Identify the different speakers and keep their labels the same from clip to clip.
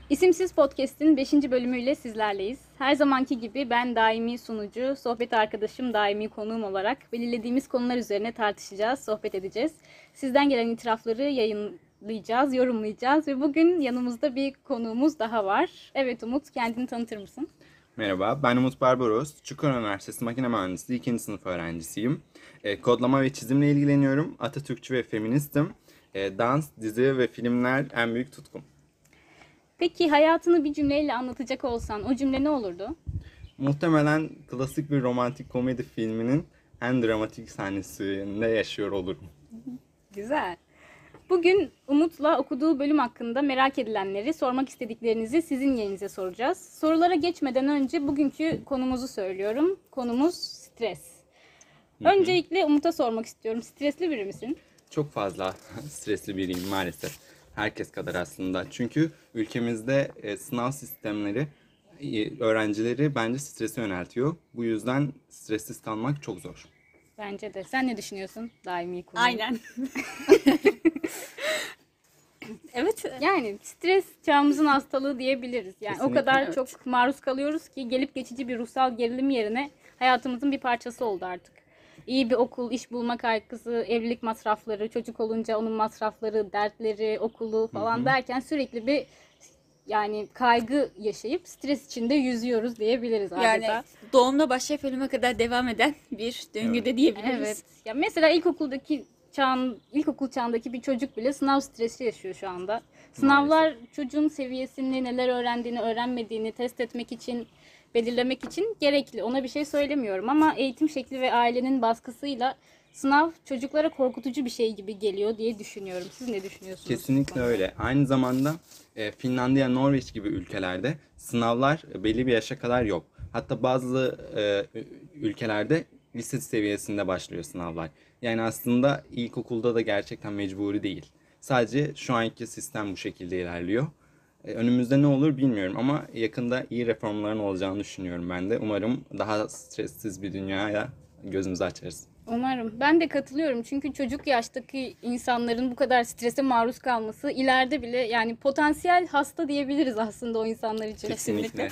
Speaker 1: İsimsiz Podcast'in 5. bölümüyle sizlerleyiz. Her zamanki gibi ben daimi sunucu, sohbet arkadaşım daimi konuğum olarak belirlediğimiz konular üzerine tartışacağız, sohbet edeceğiz. Sizden gelen itirafları yayınlayacağız, yorumlayacağız ve bugün yanımızda bir konuğumuz daha var. Evet Umut, kendini tanıtır mısın?
Speaker 2: Merhaba, ben Umut Barbaros. Çukurova Üniversitesi Makine Mühendisliği 2. sınıf öğrencisiyim. Kodlama ve çizimle ilgileniyorum. Atatürkçü ve feministim. Dans, dizi ve filmler en büyük tutkum.
Speaker 1: Peki hayatını bir cümleyle anlatacak olsan o cümle ne olurdu?
Speaker 2: Muhtemelen klasik bir romantik komedi filminin en dramatik sahnesinde yaşıyor olurum.
Speaker 1: Güzel. Bugün Umut'la okuduğu bölüm hakkında merak edilenleri, sormak istediklerinizi sizin yerinize soracağız. Sorulara geçmeden önce bugünkü konumuzu söylüyorum. Konumuz stres. Öncelikle Umut'a sormak istiyorum. Stresli biri misin?
Speaker 2: Çok fazla stresli biriyim maalesef. Herkes kadar aslında. Çünkü ülkemizde sınav sistemleri öğrencileri bence strese yöneltiyor. Bu yüzden stressiz kalmak çok zor.
Speaker 1: Bence de. Sen ne düşünüyorsun daimi konu?
Speaker 3: Aynen. Evet.
Speaker 1: Yani stres çağımızın hastalığı diyebiliriz. Yani
Speaker 2: Kesinlikle,
Speaker 1: o kadar
Speaker 3: evet.
Speaker 1: çok maruz kalıyoruz ki gelip geçici bir ruhsal gerilim yerine hayatımızın bir parçası oldu artık. İyi bir okul, iş bulma kaygısı, evlilik masrafları, çocuk olunca onun masrafları, dertleri, okulu falan derken sürekli bir yani kaygı yaşayıp stres içinde yüzüyoruz diyebiliriz adeta.
Speaker 3: Yani doğumla başlayıp ölüme kadar devam eden bir döngüde diyebiliriz.
Speaker 1: Evet. Ya mesela ilkokul çağındaki bir çocuk bile sınav stresi yaşıyor şu anda. Sınavlar çocuğun seviyesini, neler öğrendiğini, öğrenmediğini test etmek için, belirlemek için gerekli. Ona bir şey söylemiyorum ama eğitim şekli ve ailenin baskısıyla sınav çocuklara korkutucu bir şey gibi geliyor diye düşünüyorum. Siz ne düşünüyorsunuz?
Speaker 2: Kesinlikle öyle. Aynı zamanda Finlandiya, Norveç gibi ülkelerde sınavlar belli bir yaşa kadar yok. Hatta bazı ülkelerde lise seviyesinde başlıyor sınavlar. Yani aslında ilkokulda da gerçekten mecburi değil. Sadece şu anki sistem bu şekilde ilerliyor. Önümüzde ne olur bilmiyorum ama yakında iyi reformların olacağını düşünüyorum ben de. Umarım daha stressiz bir dünyaya gözümüzü açarız.
Speaker 1: Umarım. Ben de katılıyorum. Çünkü çocuk yaştaki insanların bu kadar strese maruz kalması ileride bile yani potansiyel hasta diyebiliriz aslında o insanlar için.
Speaker 2: Kesinlikle.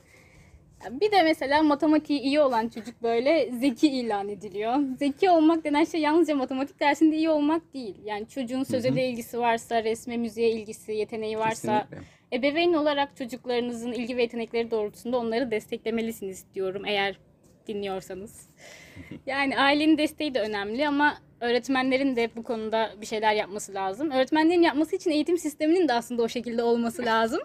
Speaker 1: Bir de mesela matematiği iyi olan çocuk böyle zeki ilan ediliyor. Zeki olmak denen şey yalnızca matematik dersinde iyi olmak değil. Yani çocuğun sözele ilgisi varsa, resme, müziğe ilgisi, yeteneği varsa
Speaker 2: Kesinlikle.
Speaker 1: ebeveyn olarak çocuklarınızın ilgi ve yetenekleri doğrultusunda onları desteklemelisiniz diyorum eğer dinliyorsanız. Yani ailenin desteği de önemli ama öğretmenlerin de bu konuda bir şeyler yapması lazım. Öğretmenlerin yapması için eğitim sisteminin de aslında o şekilde olması lazım.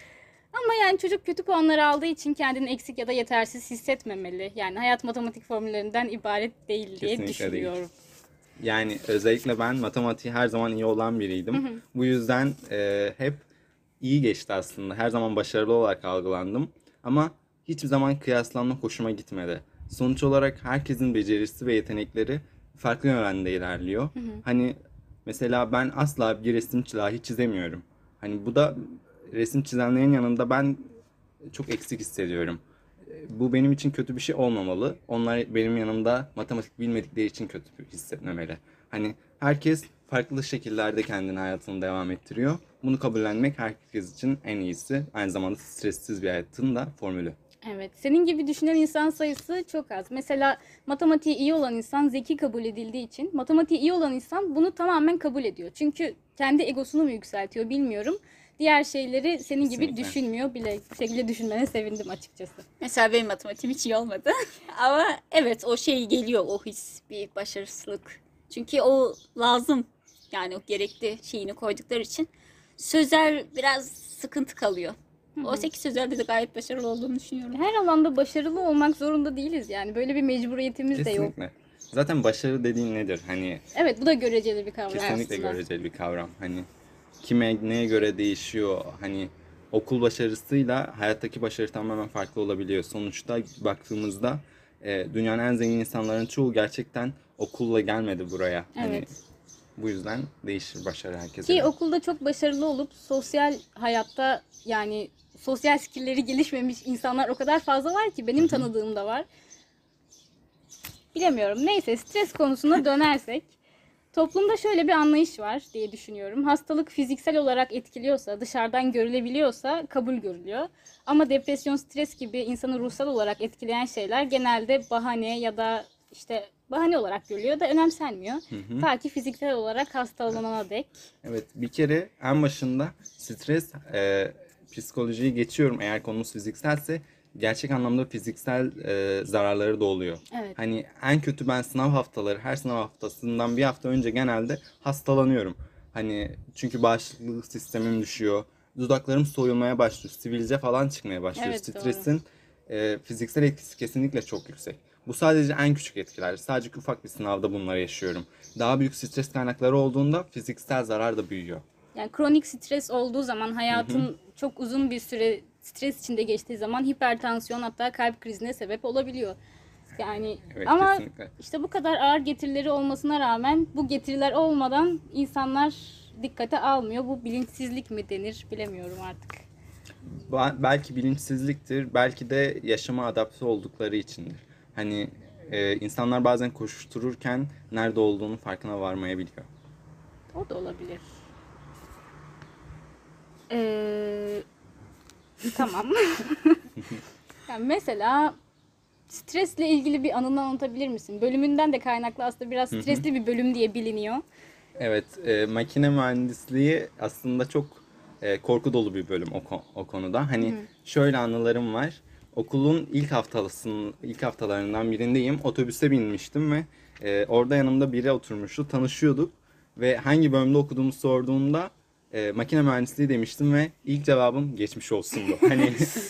Speaker 1: Ama yani çocuk kötü puanlar aldığı için kendini eksik ya da yetersiz hissetmemeli. Yani hayat matematik formüllerinden ibaret değil diye
Speaker 2: Kesinlikle
Speaker 1: düşünüyorum.
Speaker 2: değil. Yani özellikle ben matematiği her zaman iyi olan biriydim. Bu yüzden hep iyi geçti aslında. Her zaman başarılı olarak algılandım. Ama hiçbir zaman kıyaslanmak hoşuma gitmedi. Sonuç olarak herkesin becerisi ve yetenekleri farklı yönde ilerliyor. Hani mesela ben asla bir resim dahi çizemiyorum. Hani bu da resim çizenlerin yanında ben çok eksik hissediyorum. Bu benim için kötü bir şey olmamalı. Onlar benim yanımda matematik bilmedikleri için kötü hissetmemeli. Hani herkes farklı şekillerde kendini hayatını devam ettiriyor. Bunu kabullenmek herkes için en iyisi. Aynı zamanda stressiz bir hayatın da formülü.
Speaker 1: Evet, senin gibi düşünen insan sayısı çok az. Mesela matematiği iyi olan insan zeki kabul edildiği için matematiği iyi olan insan bunu tamamen kabul ediyor. Çünkü kendi egosunu mu yükseltiyor bilmiyorum. Diğer şeyleri senin gibi
Speaker 2: Kesinlikle.
Speaker 1: düşünmüyor bile. Bu şekilde düşünmene sevindim açıkçası.
Speaker 3: Mesela benim matematiğim hiç iyi olmadı. Ama evet o şey geliyor, o his, bir başarısızlık. Çünkü o lazım. Yani o gerekli şeyini koydukları için. Sözel biraz sıkıntı kalıyor. Oysa ki sözelde de gayet başarılı olduğunu düşünüyorum.
Speaker 1: Her alanda başarılı olmak zorunda değiliz yani. Böyle bir mecburiyetimiz de yok.
Speaker 2: Kesinlikle. Zaten başarı dediğin nedir? Hani
Speaker 1: Evet, bu da göreceli bir kavram
Speaker 2: kesinlikle
Speaker 1: aslında.
Speaker 2: göreceli bir kavram. Hani kime neye göre değişiyor. Hani okul başarısıyla hayattaki başarı tamamen farklı olabiliyor. Sonuçta baktığımızda dünyanın en zengin insanların çoğu gerçekten okulla gelmedi buraya. Hani
Speaker 1: Evet.
Speaker 2: bu yüzden değişir başarı herkese.
Speaker 1: Ki okulda çok başarılı olup sosyal hayatta yani sosyal skillleri gelişmemiş insanlar o kadar fazla var ki benim tanıdığım da var. Bilemiyorum. Neyse stres konusuna dönersek. Toplumda şöyle bir anlayış var diye düşünüyorum. Hastalık fiziksel olarak etkiliyorsa, dışarıdan görülebiliyorsa kabul görülüyor. Ama depresyon, stres gibi insanı ruhsal olarak etkileyen şeyler genelde bahane ya da işte bahane olarak görülüyor da önemsenmiyor. Ta ki fiziksel olarak hastalanana dek.
Speaker 2: Evet, bir kere en başında stres, psikolojiyi geçiyorum eğer konumuz fizikselse, gerçek anlamda fiziksel zararları da oluyor.
Speaker 1: Evet.
Speaker 2: Hani en kötü ben sınav haftaları, her sınav haftasından bir hafta önce genelde hastalanıyorum. Hani çünkü bağışıklık sistemim düşüyor, dudaklarım soyulmaya başlıyor, sivilce falan çıkmaya başlıyor.
Speaker 1: Evet, doğru.
Speaker 2: Stresin fiziksel etkisi kesinlikle çok yüksek. Bu sadece en küçük etkiler. Sadece ufak bir sınavda bunları yaşıyorum. Daha büyük stres kaynakları olduğunda fiziksel zarar da büyüyor.
Speaker 1: Yani kronik stres olduğu zaman hayatın çok uzun bir süre stres içinde geçtiği zaman hipertansiyon hatta kalp krizine sebep olabiliyor. Yani
Speaker 2: Evet,
Speaker 1: ama
Speaker 2: kesinlikle.
Speaker 1: işte bu kadar ağır getirileri olmasına rağmen bu getiriler olmadan insanlar dikkate almıyor. Bu bilinçsizlik mi denir bilemiyorum artık.
Speaker 2: Belki bilinçsizliktir, belki de yaşama adapte oldukları içindir. Hani insanlar bazen koşuştururken nerede olduğunu farkına varmayabiliyor.
Speaker 1: O da olabilir. Tamam. Yani mesela stresle ilgili bir anını anlatabilir misin? Bölümünden de kaynaklı aslında biraz stresli bir bölüm diye biliniyor.
Speaker 2: Evet, makine mühendisliği aslında çok korku dolu bir bölüm o konuda. Hani şöyle anılarım var. Okulun ilk haftalarından birindeyim. Otobüse binmiştim ve orada yanımda biri oturmuştu. Tanışıyorduk ve hangi bölümde okuduğumu sorduğunda makine mühendisliği demiştim ve ilk cevabım geçmiş olsundu. Hani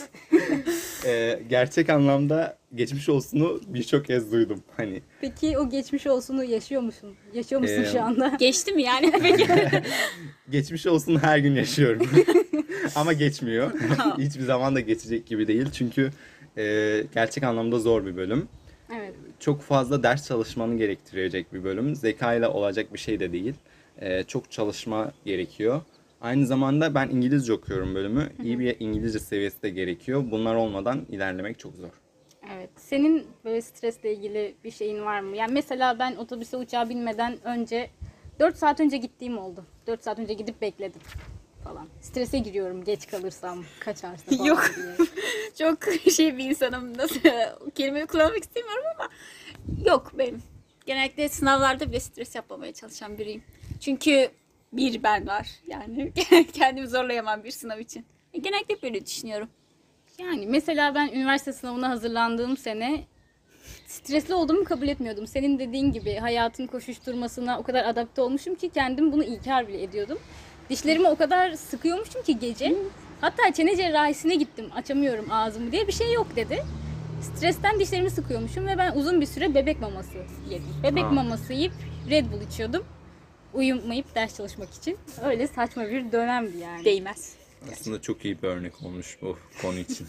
Speaker 2: gerçek anlamda geçmiş olsunu birçok kez duydum. Hani
Speaker 1: Peki o geçmiş olsunu yaşıyor musun? Yaşıyor musun şu anda?
Speaker 3: Geçti mi yani? Peki.
Speaker 2: geçmiş olsun her gün yaşıyorum. Ama geçmiyor. Hiçbir zaman da geçecek gibi değil. Çünkü gerçek anlamda zor bir bölüm.
Speaker 1: Evet.
Speaker 2: Çok fazla ders çalışmanı gerektirecek bir bölüm. Zekayla olacak bir şey de değil. Çok çalışma gerekiyor. Aynı zamanda ben İngilizce okuyorum bölümü. İyi bir İngilizce seviyesi de gerekiyor. Bunlar olmadan ilerlemek çok zor.
Speaker 1: Evet. Senin böyle stresle ilgili bir şeyin var mı? Yani mesela ben otobüse uçağa binmeden önce 4 saat önce gittiğim oldu. 4 saat önce gidip bekledim falan. Strese giriyorum geç kalırsam, kaçarsa falan
Speaker 3: Yok.
Speaker 1: diye.
Speaker 3: Çok şey bir insanım. Nasıl kelimeyi kullanmak istemiyorum ama yok benim. Genellikle sınavlarda bile stres yapmamaya çalışan biriyim. Çünkü bir ben var. Yani kendimi zorlayamam bir sınav için. Genellikle böyle düşünüyorum.
Speaker 1: Yani mesela ben üniversite sınavına hazırlandığım sene stresli olduğumu kabul etmiyordum. Senin dediğin gibi hayatın koşuşturmasına o kadar adapte olmuşum ki kendim bunu inkar bile ediyordum. Dişlerimi o kadar sıkıyormuşum ki gece. Hatta çene cerrahisine gittim. Açamıyorum ağzımı diye bir şey yok dedi. Stresten dişlerimi sıkıyormuşum ve ben uzun bir süre bebek maması yedim. Bebek maması yiyip Red Bull içiyordum. Uyumayıp ders çalışmak için. Öyle saçma bir dönemdi yani.
Speaker 3: Değmez.
Speaker 2: Aslında çok iyi bir örnek olmuş bu konu için.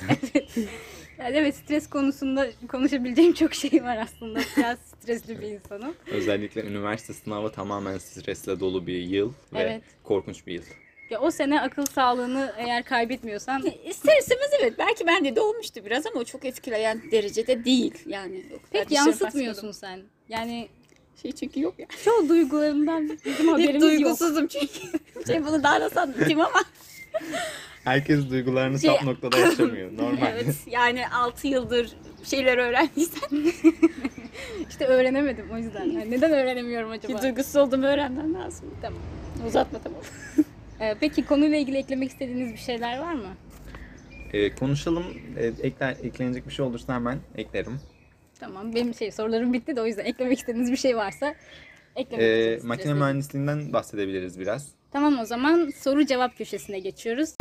Speaker 1: Yani evet, stres konusunda konuşabileceğim çok şey var aslında. Biraz stresli bir insanım.
Speaker 2: Özellikle üniversite sınavı tamamen stresle dolu bir yıl ve
Speaker 1: Evet.
Speaker 2: korkunç bir yıl.
Speaker 1: Ya o sene akıl sağlığını eğer kaybetmiyorsan
Speaker 3: İster istemez evet. Belki bende de olmuştu biraz ama o çok etkileyen derecede değil. Yani o kadar
Speaker 1: pek
Speaker 3: dişlerimi
Speaker 1: yansıtmıyorsun sen. Yani
Speaker 3: şey çünkü yok ya.
Speaker 1: çoğu duygularından bizim
Speaker 3: Hep
Speaker 1: haberimiz yok.
Speaker 3: duygusuzum çünkü. Bunu daha nasıl anlatayım ama.
Speaker 2: Herkes duygularını
Speaker 3: Şey-
Speaker 2: saf noktada yaşamıyor. Normal.
Speaker 3: Evet yani 6 yıldır bir şeyler öğrendiysen
Speaker 1: İşte öğrenemedim o yüzden. Yani neden öğrenemiyorum acaba?
Speaker 3: ki duygusuz olduğumu öğrenmem lazım.
Speaker 1: Tamam.
Speaker 3: Uzatma tamam.
Speaker 1: Peki konuyla ilgili eklemek istediğiniz bir şeyler var mı?
Speaker 2: Konuşalım. Eklenecek bir şey olursa hemen eklerim.
Speaker 1: Tamam. Benim sorularım bitti de o yüzden eklemek istediğiniz bir şey varsa eklemek istediğiniz
Speaker 2: Makine
Speaker 1: stresle ilgili.
Speaker 2: mühendisliğinden bahsedebiliriz biraz.
Speaker 1: Tamam, o zaman soru cevap köşesine geçiyoruz.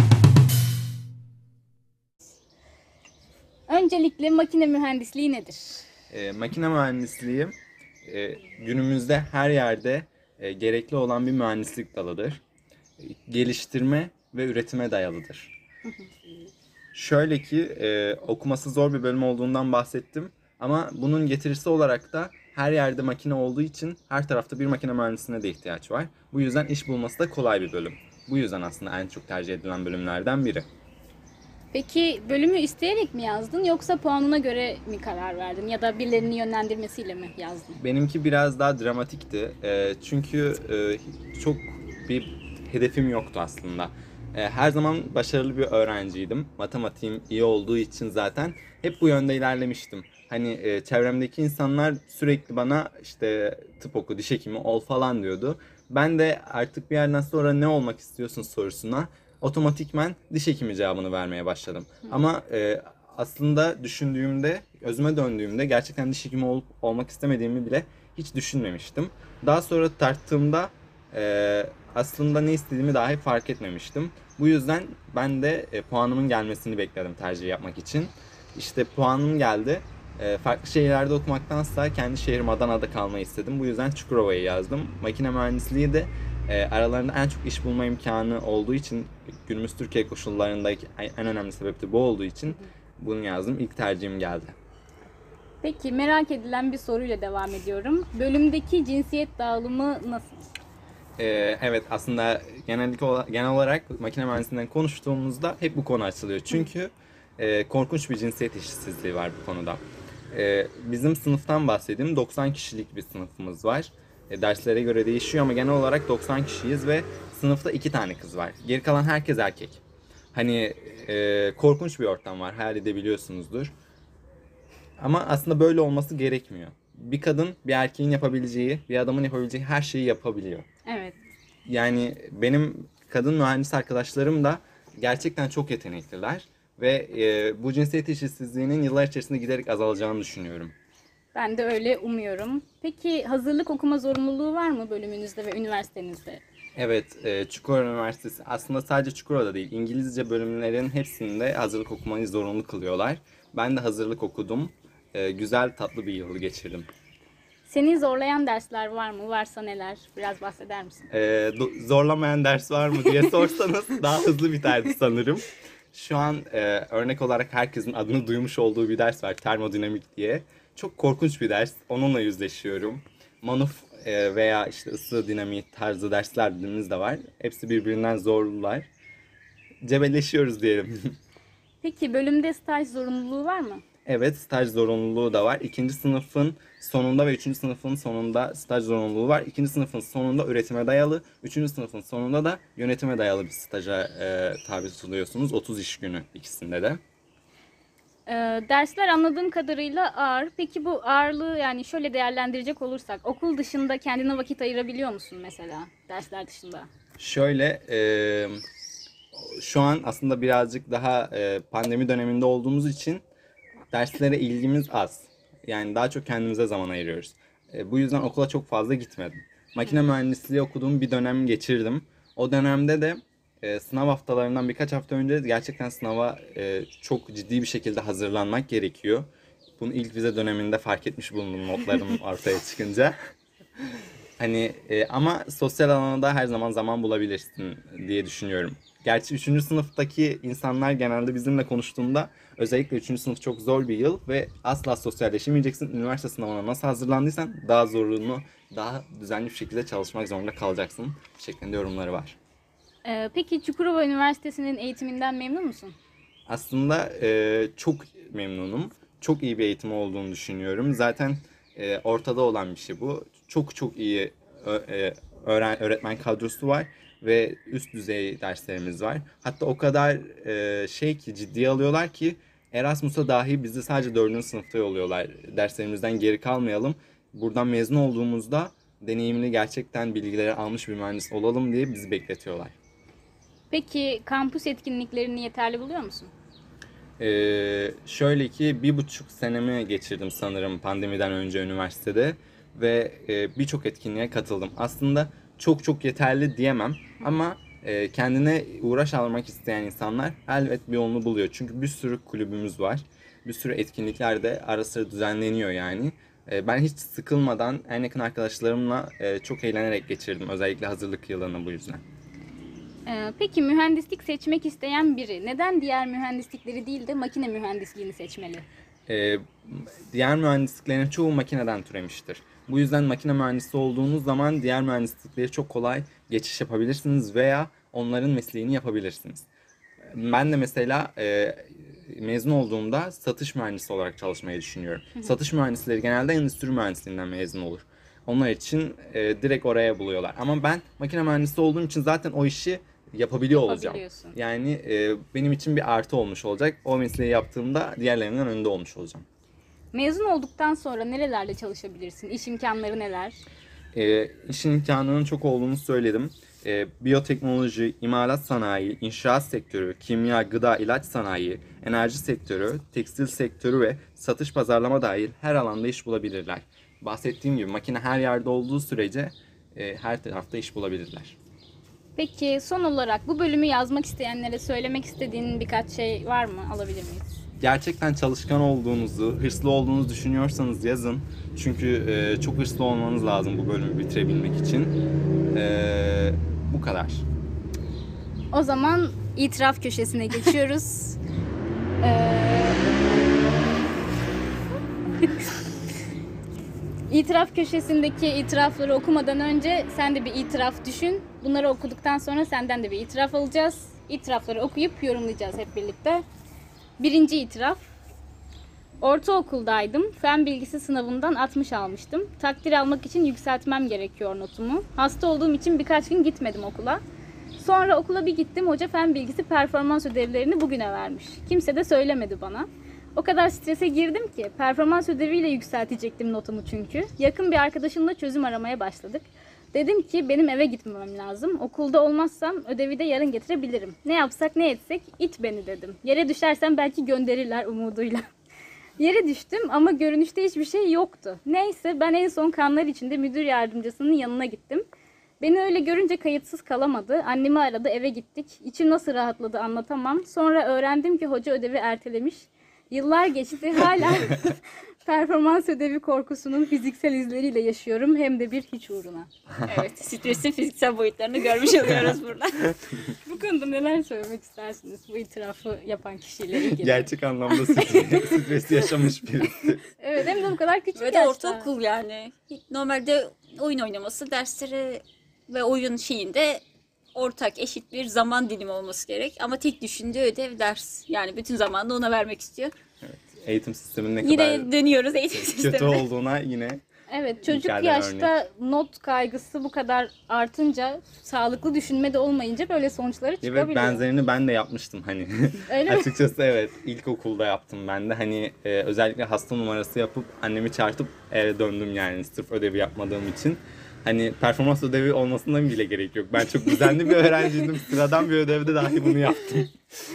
Speaker 1: Öncelikle makine mühendisliği nedir?
Speaker 2: Makine mühendisliği günümüzde her yerde gerekli olan bir mühendislik dalıdır. Geliştirme ve üretime dayalıdır. Şöyle ki okuması zor bir bölüm olduğundan bahsettim. Ama bunun getirisi olarak da her yerde makine olduğu için her tarafta bir makine mühendisine de ihtiyaç var. Bu yüzden iş bulması da kolay bir bölüm. Bu yüzden aslında en çok tercih edilen bölümlerden biri.
Speaker 1: Peki bölümü isteyerek mi yazdın yoksa puanına göre mi karar verdin ya da birilerinin yönlendirmesiyle mi yazdın?
Speaker 2: Benimki biraz daha dramatikti. Çünkü çok bir hedefim yoktu aslında. Her zaman başarılı bir öğrenciydim. Matematiğim iyi olduğu için zaten hep bu yönde ilerlemiştim. Hani çevremdeki insanlar sürekli bana işte tıp oku, diş hekimi ol falan diyordu. Ben de artık bir yerden sonra ne olmak istiyorsun sorusuna otomatikmen diş hekimi cevabını vermeye başladım. Ama aslında düşündüğümde, özüme döndüğümde gerçekten diş hekimi olmak istemediğimi bile hiç düşünmemiştim. Daha sonra tarttığımda aslında ne istediğimi dahi fark etmemiştim. Bu yüzden ben de puanımın gelmesini bekledim tercih yapmak için. İşte puanım geldi. Farklı şehirlerde okumaktansa kendi şehrim Adana'da kalmayı istedim. Bu yüzden Çukurova'yı yazdım. Makine mühendisliği de aralarında en çok iş bulma imkanı olduğu için, günümüz Türkiye koşullarındaki en önemli sebep de bu olduğu için bunu yazdım. İlk tercihim geldi.
Speaker 1: Peki merak edilen bir soruyla devam ediyorum. Bölümdeki cinsiyet dağılımı nasıl?
Speaker 2: Evet, aslında genel olarak makine mühendisliğinden konuştuğumuzda hep bu konu açılıyor. Çünkü korkunç bir cinsiyet eşitsizliği var bu konuda. Bizim sınıftan bahsedeyim. 90 kişilik bir sınıfımız var. Derslere göre değişiyor ama genel olarak 90 kişiyiz ve sınıfta 2 tane kız var. Geri kalan herkes erkek. Hani korkunç bir ortam var, hayal edebiliyorsunuzdur. Ama aslında böyle olması gerekmiyor. Bir kadın bir erkeğin yapabileceği, bir adamın yapabileceği her şeyi yapabiliyor.
Speaker 1: Evet.
Speaker 2: Yani benim kadın mühendis arkadaşlarım da gerçekten çok yetenekliler ve bu cinsiyet eşitsizliğinin yıllar içerisinde giderek azalacağını düşünüyorum.
Speaker 1: Ben de öyle umuyorum. Peki hazırlık okuma zorunluluğu var mı bölümünüzde ve üniversitenizde?
Speaker 2: Evet, Çukurova Üniversitesi aslında sadece Çukurova'da değil, İngilizce bölümlerin hepsinde hazırlık okumayı zorunlu kılıyorlar. Ben de hazırlık okudum. Güzel, tatlı bir yıl geçirdim.
Speaker 1: Seni zorlayan dersler var mı? Varsa neler? Biraz bahseder misin?
Speaker 2: Zorlamayan ders var mı diye sorsanız daha hızlı biterdi sanırım. Şu an örnek olarak herkesin adını duymuş olduğu bir ders var, termodinamik diye. Çok korkunç bir ders. Onunla yüzleşiyorum. Manuf veya işte ısı dinamiği tarzı derslerimiz de var. Hepsi birbirinden zorlular. Cebelleşiyoruz diyelim.
Speaker 1: Peki bölümde staj zorunluluğu var mı?
Speaker 2: Evet, staj zorunluluğu da var. İkinci sınıfın sonunda ve üçüncü sınıfın sonunda staj zorunluluğu var. İkinci sınıfın sonunda üretime dayalı, üçüncü sınıfın sonunda da yönetime dayalı bir staja tabi tutuluyorsunuz. 30 iş günü ikisinde de.
Speaker 1: Dersler anladığım kadarıyla ağır. Peki bu ağırlığı yani şöyle değerlendirecek olursak okul dışında kendine vakit ayırabiliyor musun mesela dersler dışında?
Speaker 2: Şöyle, şu an aslında birazcık daha pandemi döneminde olduğumuz için derslere ilgimiz az. Yani daha çok kendimize zaman ayırıyoruz. Bu yüzden okula çok fazla gitmedim. Makine mühendisliği okuduğum bir dönem geçirdim. O dönemde de sınav haftalarından birkaç hafta önce gerçekten sınava çok ciddi bir şekilde hazırlanmak gerekiyor. Bunu ilk vize döneminde fark etmiş bulundum notlarım ortaya çıkınca. Hani ama sosyal alanda her zaman bulabilirsin diye düşünüyorum. Gerçi 3. sınıftaki insanlar genelde bizimle konuştuğunda özellikle 3. sınıf çok zor bir yıl ve asla sosyalleşemeyeceksin. Üniversite sınavına nasıl hazırlandıysan daha zorluğunu, daha düzenli bir şekilde çalışmak zorunda kalacaksın şeklinde yorumları var.
Speaker 1: Peki Çukurova Üniversitesi'nin eğitiminden memnun musun?
Speaker 2: Aslında çok memnunum. Çok iyi bir eğitim olduğunu düşünüyorum. Zaten ortada olan bir şey bu. Çok iyi öğretmen kadrosu var ve üst düzey derslerimiz var. Hatta o kadar şey ki ciddiye alıyorlar ki Erasmus'a dahi bizi sadece 4. sınıfta yolluyorlar. Derslerimizden geri kalmayalım. Buradan mezun olduğumuzda deneyimli gerçekten bilgileri almış bir mühendis olalım diye bizi bekletiyorlar.
Speaker 1: Peki kampüs etkinliklerini yeterli buluyor musun?
Speaker 2: Şöyle ki 1,5 senemi geçirdim sanırım pandemiden önce üniversitede ve birçok etkinliğe katıldım. Aslında çok yeterli diyemem ama kendine uğraş almak isteyen insanlar elbet bir yolunu buluyor. Çünkü bir sürü kulübümüz var. Bir sürü etkinlikler de ara sıra düzenleniyor yani. Ben hiç sıkılmadan en yakın arkadaşlarımla çok eğlenerek geçirdim. Özellikle hazırlık yılını bu yüzden.
Speaker 1: Peki mühendislik seçmek isteyen biri neden diğer mühendislikleri değil de makine mühendisliğini seçmeli?
Speaker 2: Ee, Diğer mühendisliklerin çoğu makineden türemiştir. Bu yüzden makine mühendisi olduğunuz zaman diğer mühendislikleri çok kolay geçiş yapabilirsiniz veya onların mesleğini yapabilirsiniz. Ben de mesela mezun olduğumda satış mühendisi olarak çalışmayı düşünüyorum. Satış mühendisleri genelde endüstri mühendisliğinden mezun olur. Onlar için direkt oraya buluyorlar. Ama ben makine mühendisi olduğum için zaten o işi yapabiliyor olacağım.
Speaker 1: Yapabiliyorsun.
Speaker 2: Yani benim için bir artı olmuş olacak. O mesleği yaptığımda diğerlerinden önde olmuş olacağım.
Speaker 1: Mezun olduktan sonra nerelerde çalışabilirsin? İş imkanları neler?
Speaker 2: İşin imkanının çok olduğunu söyledim. Biyoteknoloji, imalat sanayi, inşaat sektörü, kimya, gıda, ilaç sanayi, enerji sektörü, tekstil sektörü ve satış pazarlama dahil her alanda iş bulabilirler. Bahsettiğim gibi makine her yerde olduğu sürece her tarafta iş bulabilirler.
Speaker 1: Peki son olarak bu bölümü yazmak isteyenlere söylemek istediğin birkaç şey var mı? Alabilir miyiz?
Speaker 2: Gerçekten çalışkan olduğunuzu, hırslı olduğunuzu düşünüyorsanız yazın. Çünkü çok hırslı olmanız lazım bu bölümü bitirebilmek için. Bu kadar.
Speaker 1: O zaman itiraf köşesine geçiyoruz. İtiraf köşesindeki itirafları okumadan önce sen de bir itiraf düşün. Bunları okuduktan sonra senden de bir itiraf alacağız. İtirafları okuyup yorumlayacağız hep birlikte. Birinci itiraf. Ortaokuldaydım. Fen bilgisi sınavından 60 almıştım. Takdir almak için yükseltmem gerekiyor notumu. Hasta olduğum için birkaç gün gitmedim okula. Sonra okula bir gittim. Hoca fen bilgisi performans ödevlerini bugüne vermiş. Kimse de söylemedi bana. O kadar strese girdim ki performans ödeviyle yükseltecektim notumu çünkü. Yakın bir arkadaşımla çözüm aramaya başladık. Dedim ki benim eve gitmemem lazım. Okulda olmazsam ödevi de yarın getirebilirim. Ne yapsak ne etsek it beni dedim. Yere düşersem belki gönderirler umuduyla. Yere düştüm ama görünüşte hiçbir şey yoktu. Neyse ben en son kanlar içinde müdür yardımcısının yanına gittim. Beni öyle görünce kayıtsız kalamadı. Annemi aradı, eve gittik. İçim nasıl rahatladı anlatamam. Sonra öğrendim ki hoca ödevi ertelemiş. Yıllar geçti, hala performans ödevi korkusunun fiziksel izleriyle yaşıyorum. Hem de bir hiç uğruna.
Speaker 3: Evet, stresin fiziksel boyutlarını görmüş oluyoruz burada.
Speaker 1: Bu konuda neler söylemek istersiniz bu itirafı yapan kişiyle ilgili?
Speaker 2: Gerçek anlamda stres yaşamış birisi.
Speaker 1: Evet, hem de bu kadar küçük
Speaker 3: Ve de
Speaker 1: yaşta.
Speaker 3: ortaokul yani. Normalde oyun oynaması, dersleri ve oyun şeyinde ortak, eşit bir zaman dilimi olması gerek. Ama tek düşündüğü ödev ders. Yani bütün zamanını ona vermek istiyor.
Speaker 2: Eğitim sisteminin ne
Speaker 3: Yine
Speaker 2: kadar
Speaker 3: dönüyoruz eğitim
Speaker 2: kötü
Speaker 3: sistemine.
Speaker 2: olduğuna yine
Speaker 1: Evet, çocuk
Speaker 2: ülkelerden
Speaker 1: yaşta not kaygısı bu kadar artınca, sağlıklı düşünme de olmayınca böyle sonuçlara çıkabiliyor.
Speaker 2: Evet, benzerini ben de yapmıştım hani.
Speaker 1: Öyle mi?
Speaker 2: Açıkçası evet, ilkokulda yaptım ben de. Hani özellikle hasta numarası yapıp annemi çağırtıp eve döndüm yani sırf ödevi yapmadığım için. Hani performans ödevi olmasından bile gerek yok. Ben çok düzenli bir öğrenciydim. Sıradan bir ödevde dahi bunu yaptım.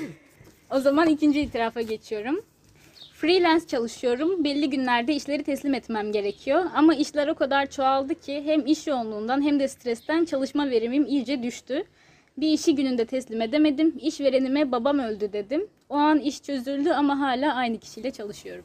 Speaker 1: O zaman ikinci itirafa geçiyorum. Freelance çalışıyorum. Belli günlerde işleri teslim etmem gerekiyor. Ama işler o kadar çoğaldı ki hem iş yoğunluğundan hem de stresten çalışma verimim iyice düştü. Bir işi gününde teslim edemedim. İşverenime babam öldü dedim. O an iş çözüldü ama hala aynı kişiyle çalışıyorum.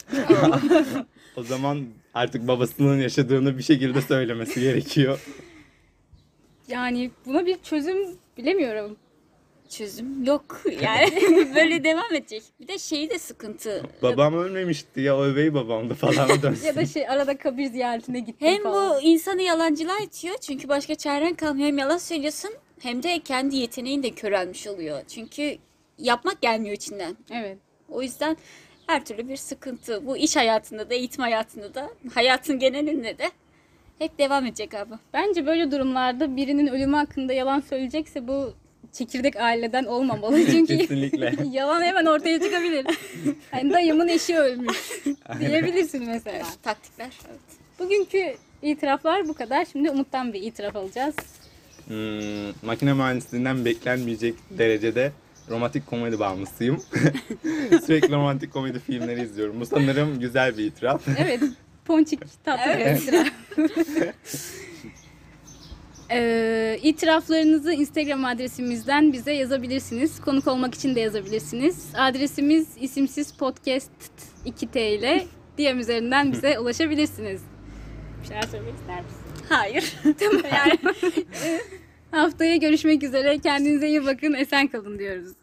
Speaker 2: O zaman artık babasının yaşadığını bir şekilde söylemesi gerekiyor.
Speaker 1: Yani buna bir çözüm bilemiyorum.
Speaker 3: Çözüm yok yani. Böyle devam edecek. Bir de şey de sıkıntı.
Speaker 2: Babam ölmemişti ya, o övey babamdı falan dönsün.
Speaker 1: Ya da arada kabir ziyaretine gittim
Speaker 3: Hem
Speaker 1: falan.
Speaker 3: bu insanı yalancılığa itiyor. Çünkü başka çaren kalmıyor. Hem yalan söylüyorsun hem de kendi yeteneğin de körelmiş oluyor. Çünkü yapmak gelmiyor içinden.
Speaker 1: Evet.
Speaker 3: O yüzden her türlü bir sıkıntı. Bu iş hayatında da, eğitim hayatında da, hayatın genelinde de hep devam edecek abi.
Speaker 1: Bence böyle durumlarda birinin ölümü hakkında yalan söyleyecekse bu çekirdek aileden olmamalı. Çünkü
Speaker 2: Kesinlikle.
Speaker 1: yalan hemen ortaya çıkabilir. Hani dayımın eşi ölmüş diyebilirsin mesela.
Speaker 3: Taktikler. Evet.
Speaker 1: Bugünkü itiraflar bu kadar. Şimdi Umut'tan bir itiraf alacağız.
Speaker 2: Makine mühendisliğinden beklenmeyecek derecede romantik komedi bağımlısıyım. Sürekli romantik komedi filmleri izliyorum. Bu sanırım güzel bir itiraf.
Speaker 1: Evet. Ponçik tatlı bir itiraf. İtiraflarınızı Instagram adresimizden bize yazabilirsiniz. Konuk olmak için de yazabilirsiniz. Adresimiz isimsiz podcast 2T ile DM üzerinden bize ulaşabilirsiniz. Bir şeyler söylemek ister misin?
Speaker 3: Hayır. Tamam. Yani
Speaker 1: Haftaya görüşmek üzere. Kendinize iyi bakın. Esen kalın diyoruz.